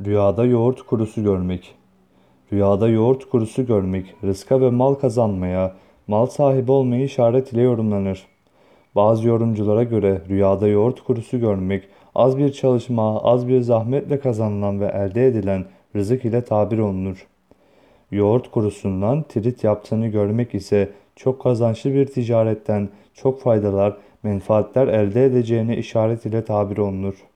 Rüyada yoğurt kurusu görmek. Rüyada yoğurt kurusu görmek, rızka ve mal kazanmaya, mal sahibi olmayı işaret ile yorumlanır. Bazı yorumculara göre rüyada yoğurt kurusu görmek, az bir çalışma, az bir zahmetle kazanılan ve elde edilen rızık ile tabir olunur. Yoğurt kurusundan trit yaptığını görmek ise çok kazançlı bir ticaretten çok faydalar, menfaatler elde edeceğine işaret ile tabir olunur.